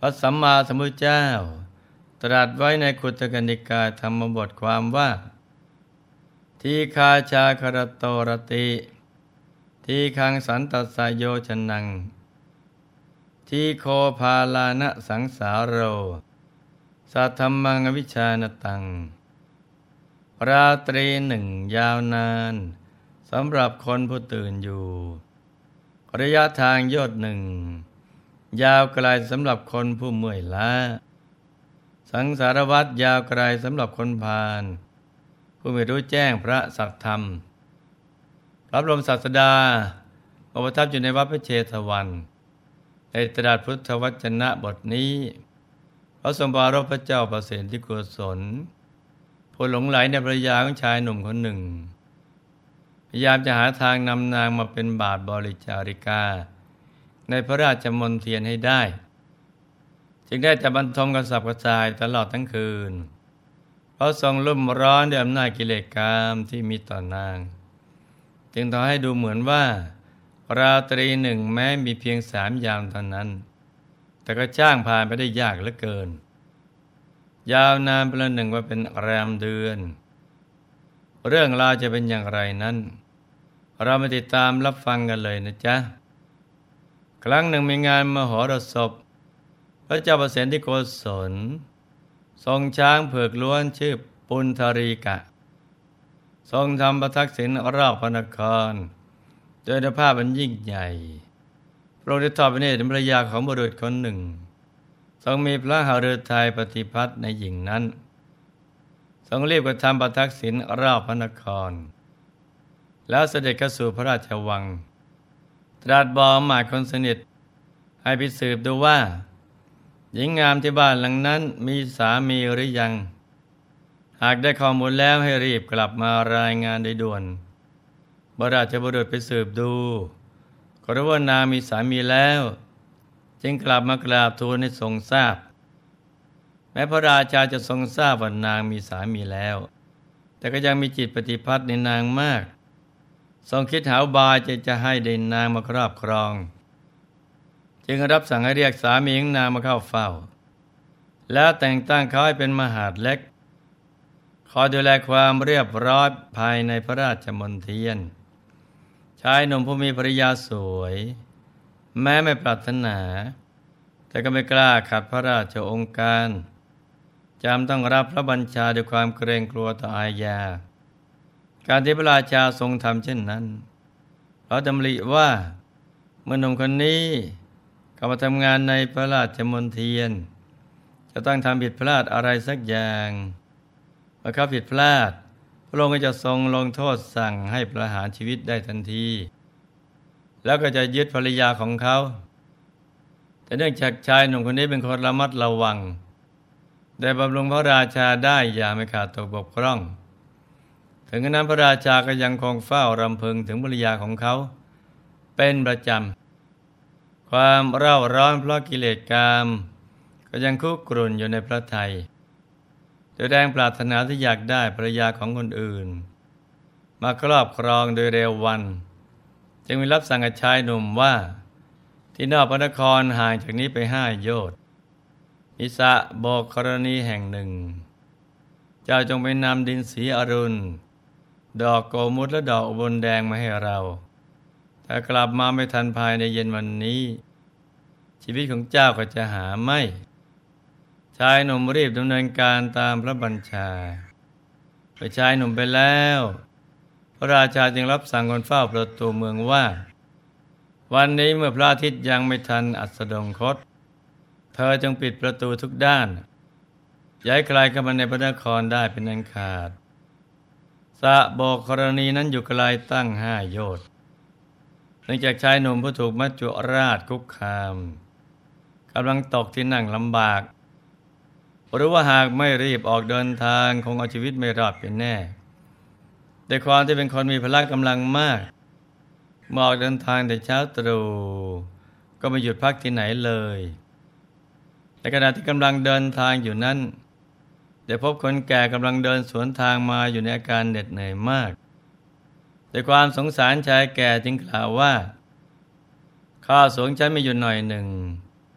ระสัมมาสัมพุทธเจ้าตรัสไว้ในคุตตกนิกายธรรมบทความว่าทีฆาชาครโตรติทีคังสันตัสสโยชนังทีโคภาลานะสังสารโรสัทธัมมังอวิชชานตังราตรีหนึ่งยาวนานสำหรับคนผู้ตื่นอยู่ระยะทางโยชน์หนึ่งยาวไกลสำหรับคนผู้เมื่อยล้าสังสารวัฏยาวไกลสำหรับคนพาลผู้ไม่รู้แจ้งพระสัจธรรมพระบรมศาสดาประทับอยู่ในวัดพระเชตวันในตรัสพุทธวจนะบทนี้พระทรงปรารภพระเจ้าประเสนที่โกศลผู้หลงไหลในภรรยาของชายหนุ่มคนหนึ่งพยายามจะหาทางนำนางมาเป็นบาทบริจาริกาในพระราชมณฑีให้ได้จึงได้แต่บรรทมกระสับกระส่ายตลอดทั้งคืนเพราะทรงรุ่มร้อนด้วยอำนาจกิเลสกามที่มีต่อนางจึงทำให้ดูเหมือนว่าราตรีหนึ่งแม้มีเพียง3 ยามเท่านั้นแต่ก็จ้างผ่านไปได้ยากเหลือเกินยาวนานประหนึ่งว่าเป็นแรมเดือนเรื่องราวจะเป็นอย่างไรนั้นเรามาติดตามรับฟังกันเลยนะจ๊ะครั้งหนึ่งมีงานมหรสพพระเจ้าประเสนที่โกศลทรงช้างเผือกล้วนชื่อปุณธรีกะทรงทำประทักษิณรอบพระนครโดยภาพอันยิ่งใหญ่พระองค์ได้ทอดพระเนตรถึงภรรยาของบุรุษคนหนึ่งทรงมีพระหฤทัยปฏิพัทธ์ในหญิงนั้นทรงรีบกระทำประทักษิณรอบพระนครแล้วเสด็จเข้าสู่พระราชวังตรัสบอกหมายคนสนิทให้ไปสืบดูว่าหญิงงามที่บ้านหลังนั้นมีสามีหรือยังหากได้ข้อมูลแล้วให้รีบกลับมารายงานโดยด่วนพระราชบุรุษไปสืบดูก็รู้ว่านางมีสามีแล้วจึงกลับมากราบทูลให้ทรงทราบแม้พระราชาจะทรงทราบว่านางมีสามีแล้วแต่ก็ยังมีจิตปฏิพัทธ์ในนางมากทรงคิดหาอุบายจะให้ได้นางมาครอบครองจึงรับสั่งให้เรียกสามีของนางมาเข้าเฝ้าแล้วแต่งตั้งเขาให้เป็นมหาดเล็กคอยดูแลความเรียบร้อยภายในพระราชมณฑีชายหนุ่มผู้มีภรรยาสวยแม้ไม่ปรารถนาแต่ก็ไม่กล้าขัดพระราชโองการจำต้องรับพระบัญชาด้วยความเกรงกลัวต่ออาญาการที่พระราชาทรงทำเช่นนั้นเพราะดำริว่าเมื่อหนุ่มคนนี้เข้ามาทำงานในพระราชมณฑีจะต้องทำผิดพลาดอะไรสักอย่างเมื่อเขาผิดพลาดพระองค์ก็จะทรงลงโทษสั่งให้ประหารชีวิตได้ทันทีแล้วก็จะยึดภรรยาของเขาแต่เนื่องจากชายหนุ่มคนนี้เป็นคนระมัดระวังได้บำรุงพระราชาได้อย่างไม่ขาดตกบกพร่องถึงขณะนั้นพระราชาก็ยังคงเฝ้ารำพึงถึงภรรยาของเขาเป็นประจำความเร่าร้อนเพราะกิเลสกามก็ยังคุกรุ่นอยู่ในพระทัยโดยแรงปรารถนาที่อยากได้ภรรยาของคนอื่นมาครอบครองโดยเร็ววันจึงมีรับสั่งกับชายหนุ่มว่าที่นอกพระนครห่างจากนี้ไป5 โยชน์มีสระโบกกรณีแห่งหนึ่งเจ้าจงไปนำดินสีอรุณดอกโกมุตและดอกอุบลแดงมาให้เราถ้ากลับมาไม่ทันภายในเย็นวันนี้ชีวิตของเจ้าก็จะหาไม่ชายหนุ่มรีบดำเนินการตามพระบัญชาพอชายหนุ่มไปแล้วพระราชาจึงรับสั่งคนเฝ้าประตูเมืองว่าวันนี้เมื่อพระอาทิตย์ยังไม่ทันอัสดงคตเธอจงปิดประตูทุกด้านอย่าให้ใครเข้ามาในพระนครได้เป็นอันขาดสระโบกกรณีนั้นอยู่ไกลตั้ง5 โยชน์เนื่องจากชายหนุ่มผู้ถูกมัจจุราชคุกคามกำลังตกที่นั่งลำบากหรือว่าหากไม่รีบออกเดินทางคงเอาชีวิตไม่รอดเป็นแน่แต่ความที่เป็นคนมีพละกำลังมากเมื่อออกเดินทางแต่เช้าตรู่ก็ไม่หยุดพักที่ไหนเลยในขณะที่กำลังเดินทางอยู่นั้นได้พบคนแก่กำลังเดินสวนทางมาอยู่ในอาการเหน็ดเหนื่อยมากด้วยความสงสารชายแก่จึงกล่าวว่าข้าสวงฉันมีอยู่หน่อยหนึ่ง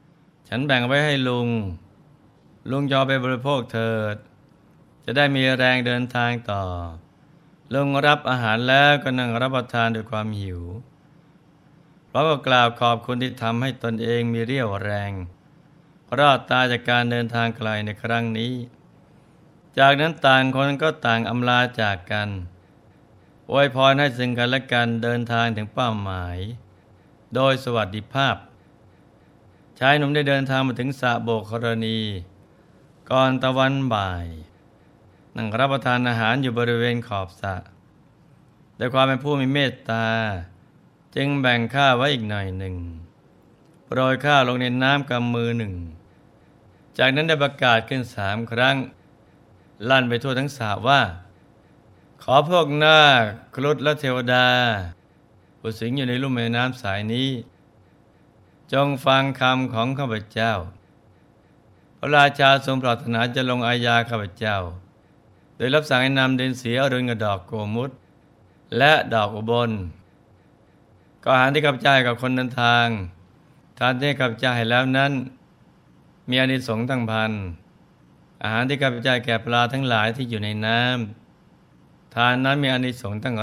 ฉันแบ่งไว้ให้ลุงยอมไปบริโภคเถิดจะได้มีแรงเดินทางต่อลุงรับอาหารแล้วก็นั่งรับประทานด้วยความหิวเพราะก็กล่าวขอบคุณที่ทำให้ตนเองมีเรี่ยวแรงรอดตายจากการเดินทางไกลในครั้งนี้จากนั้นต่างคนก็ต่างอำลาจากกันอวยพรให้ซึ่งกันและกันเดินทางถึงเป้าหมายโดยสวัสดิภาพชายหนุ่มได้เดินทางมาถึงสระโบกกรณีก่อนตะวันบ่ายนั่งรับประทานอาหารอยู่บริเวณขอบสระด้วยความเป็นผู้มีเมตตาจึงแบ่งข้าวไว้อีกหน่อยหนึ่งโปรยข้าวลงในน้ำกำมือหนึ่งจากนั้นได้ประกาศขึ้น3 ครั้งลั่นไปทั่วทั้งสระว่าขอพวกนาคครุฑและเทวดาผู้สิงอยู่ในลุ่มแม่น้ำสายนี้จงฟังคำของข้าพเจ้าพระราชาทรงปรารถนาจะลงอาญาข้าพเจ้าโดยรับสั่งให้นำดินสีอรุณกับดอกโกมุตและดอกอุบลก็อาหารที่ข้าพเจ้าให้กับคนเดินทางทานที่ข้าพเจ้าให้แล้วนั้นมีอานิสงส์ตั้งพันอาหารที่ข้าพเจ้าแก่ปลาทั้งหลายที่อยู่ในน้ำทานนั้นมีอานิสงส์ตั้ง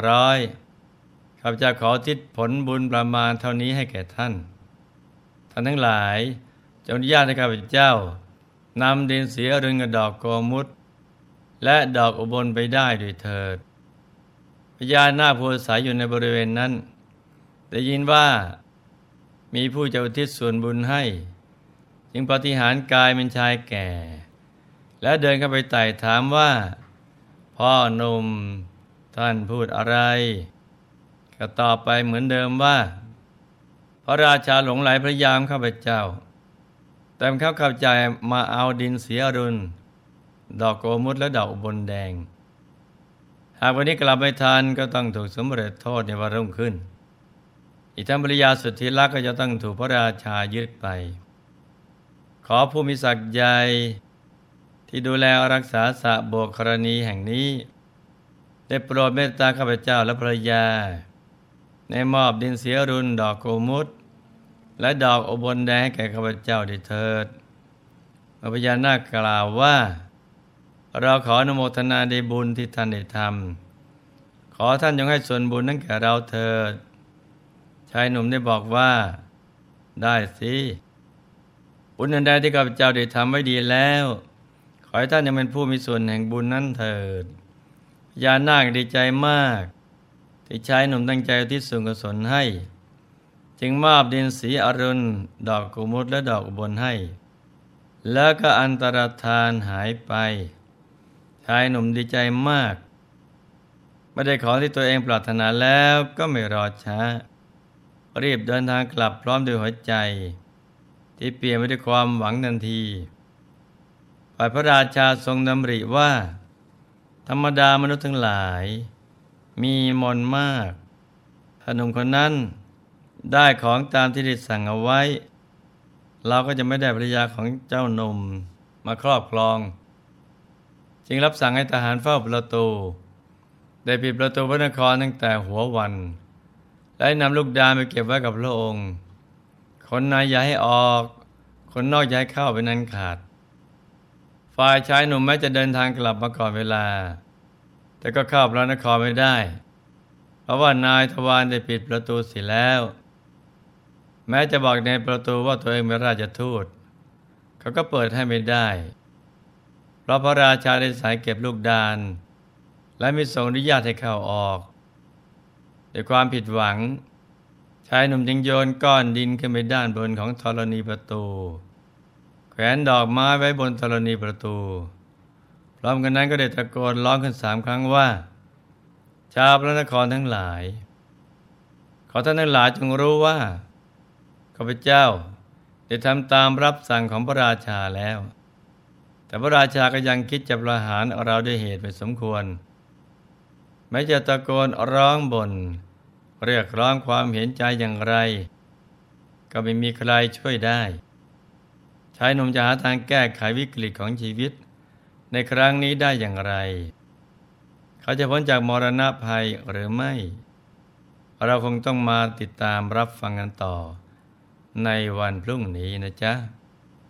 100ข้าพเจ้าขอทิศผลบุญประมาณเท่านี้ให้แก่ท่านทั้งหลายจงอนุญาตให้ข้าพเจ้านำดินสีอรุณกับดอกโกมุตและดอกอุบลไปได้ด้วยเถิดพญานาคผู้อาศัยอยู่ในบริเวณนั้นได้ยินว่ามีผู้จะอุทิศส่วนบุญให้จึงปฏิหารกายเป็นชายแก่และเดินเข้าไปไต่ถามว่าพ่อหนุ่มท่านพูดอะไรก็ตอบไปเหมือนเดิมว่าพระราชาหลงไหลพระยามข้าพเจ้าแต่เขาเข้าใจมาเอาดินสีอรุณดอกโกมุตและดอกอุบลแดงหากวันนี้กลับไม่ทันก็ต้องถูกสมเด็จโทษในวันรุ่งขึ้นอีกทั้งภริยาสุดที่รักก็จะต้องถูกพระราชายึดไปขอผู้มีศักดิ์ใหญ่ที่ดูแลรักษาสระโบกกรณีแห่งนี้ได้โปรดเมตตาข้าพเจ้าและภรรยาในมอบดินสีอรุณดอกโกมุตและดอกอุบลแดงให้แก่ข้าพเจ้าได้เถิดพญานาคกล่าวว่าเราขออนุโมทนาในบุญที่ท่านได้ทำขอท่านจงให้ส่วนบุญนั้นแก่เราเถิดชายหนุ่มได้บอกว่าได้สิบุญอันใดที่ข้าพเจ้าได้ทำไว้ดีแล้วขอให้ท่านยังเป็นผู้มีส่วนแห่งบุญนั้นเถิดพญานาคดีใจมากที่ชายหนุ่มตั้งใจอุทิศส่วนกุศลให้จึงมอบดินสีอรุณดอกกุมุตและดอกอุบลให้แล้วก็อันตรธานหายไปชายหนุ่มดีใจมากไม่ได้ของที่ตัวเองปรารถนาแล้วก็ไม่รอช้ารีบเดินทางกลับพร้อมด้วยหัวใจที่เปลี่ยนไปด้วยความหวังทันทีฝ่ายพระราชาทรงดำริว่าธรรมดามนุษย์ทั้งหลายมีมนต์มากถ้าหนุ่มคนนั้นได้ของตามที่ได้สั่งเอาไว้เราก็จะไม่ได้ภรรยาของเจ้าหนุ่มมาครอบครองจึงรับสั่งให้ทหารเฝ้าประตูได้ปิดประตูพระนครตั้งแต่หัววันและนำลูกดาลไปเก็บไว้กับพระองค์คนในอย่าให้ออกคนนอกอย่าให้เข้าเป็นอันขาดฝ่ายชายหนุ่มแม้จะเดินทางกลับมาก่อนเวลาแต่ก็เข้าพระนครไม่ได้เพราะว่านายทวารได้ปิดประตูเสียแล้วแม้จะบอกในประตูว่าตัวเองเป็นราชทูตเขาก็เปิดให้ไม่ได้เพราะพระราชาได้สายเก็บลูกดาลและไม่ทรงอนุญาตให้เข้าออกด้วยความผิดหวังชายหนุ่มจึงโยนก้อนดินขึ้นไปด้านบนของธรณีประตูแขวนดอกไม้ไว้บนธรณีประตูพร้อมกันนั้นก็ได้ตะโกนร้องขึ้น3 ครั้งว่าชาวพระนครทั้งหลายขอท่านทั้งหลายจงรู้ว่าข้าพเจ้าได้ทำตามรับสั่งของพระราชาแล้วแต่พระราชาก็ยังคิดจะประหารเราด้วยเหตุไม่สมควรแม้จะตะโกนร้องบ่นเรียกร้องความเห็นใจอย่างไรก็ไม่มีใครช่วยได้ชายหนุ่มจะหาทางแก้ไขวิกฤตของชีวิตในครั้งนี้ได้อย่างไรเขาจะพ้นจากมรณะภัยหรือไม่เราคงต้องมาติดตามรับฟังกันต่อในวันพรุ่งนี้นะจ๊ะ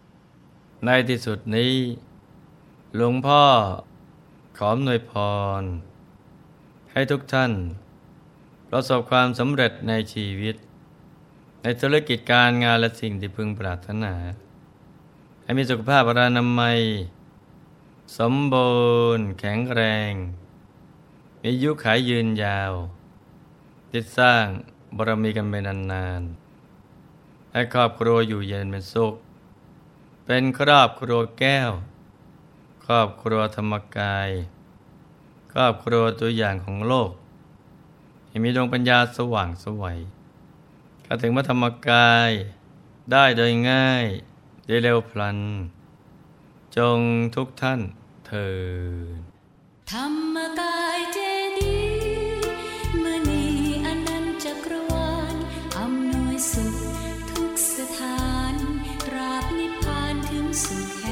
ในที่สุดนี้หลวงพ่อขออำนวยพรให้ทุกท่านประสบความสำเร็จในชีวิตในธุรกิจการงานและสิ่งที่พึงปรารถนาให้มีสุขภาพอนามัยสมบูรณ์แข็งแรงมีอายุขัยยืนยาวที่สร้างบารมีกันไปนานๆให้ครอบครัวอยู่เย็นเป็นสุขเป็นครอบครัวแก้วครอบครัวธรรมกายครอบครัวตัวอย่างของโลกให้มีดวงปัญญาสว่างไสวเข้าถึงพระธรรมกายได้โดยง่ายได้เร็วพลันจงทุกท่านเถิดธรรมกายเจดีย์มณีอนันตจักรวาลอำนวยสุขทุกสถานตราบนิพพานถึงสุข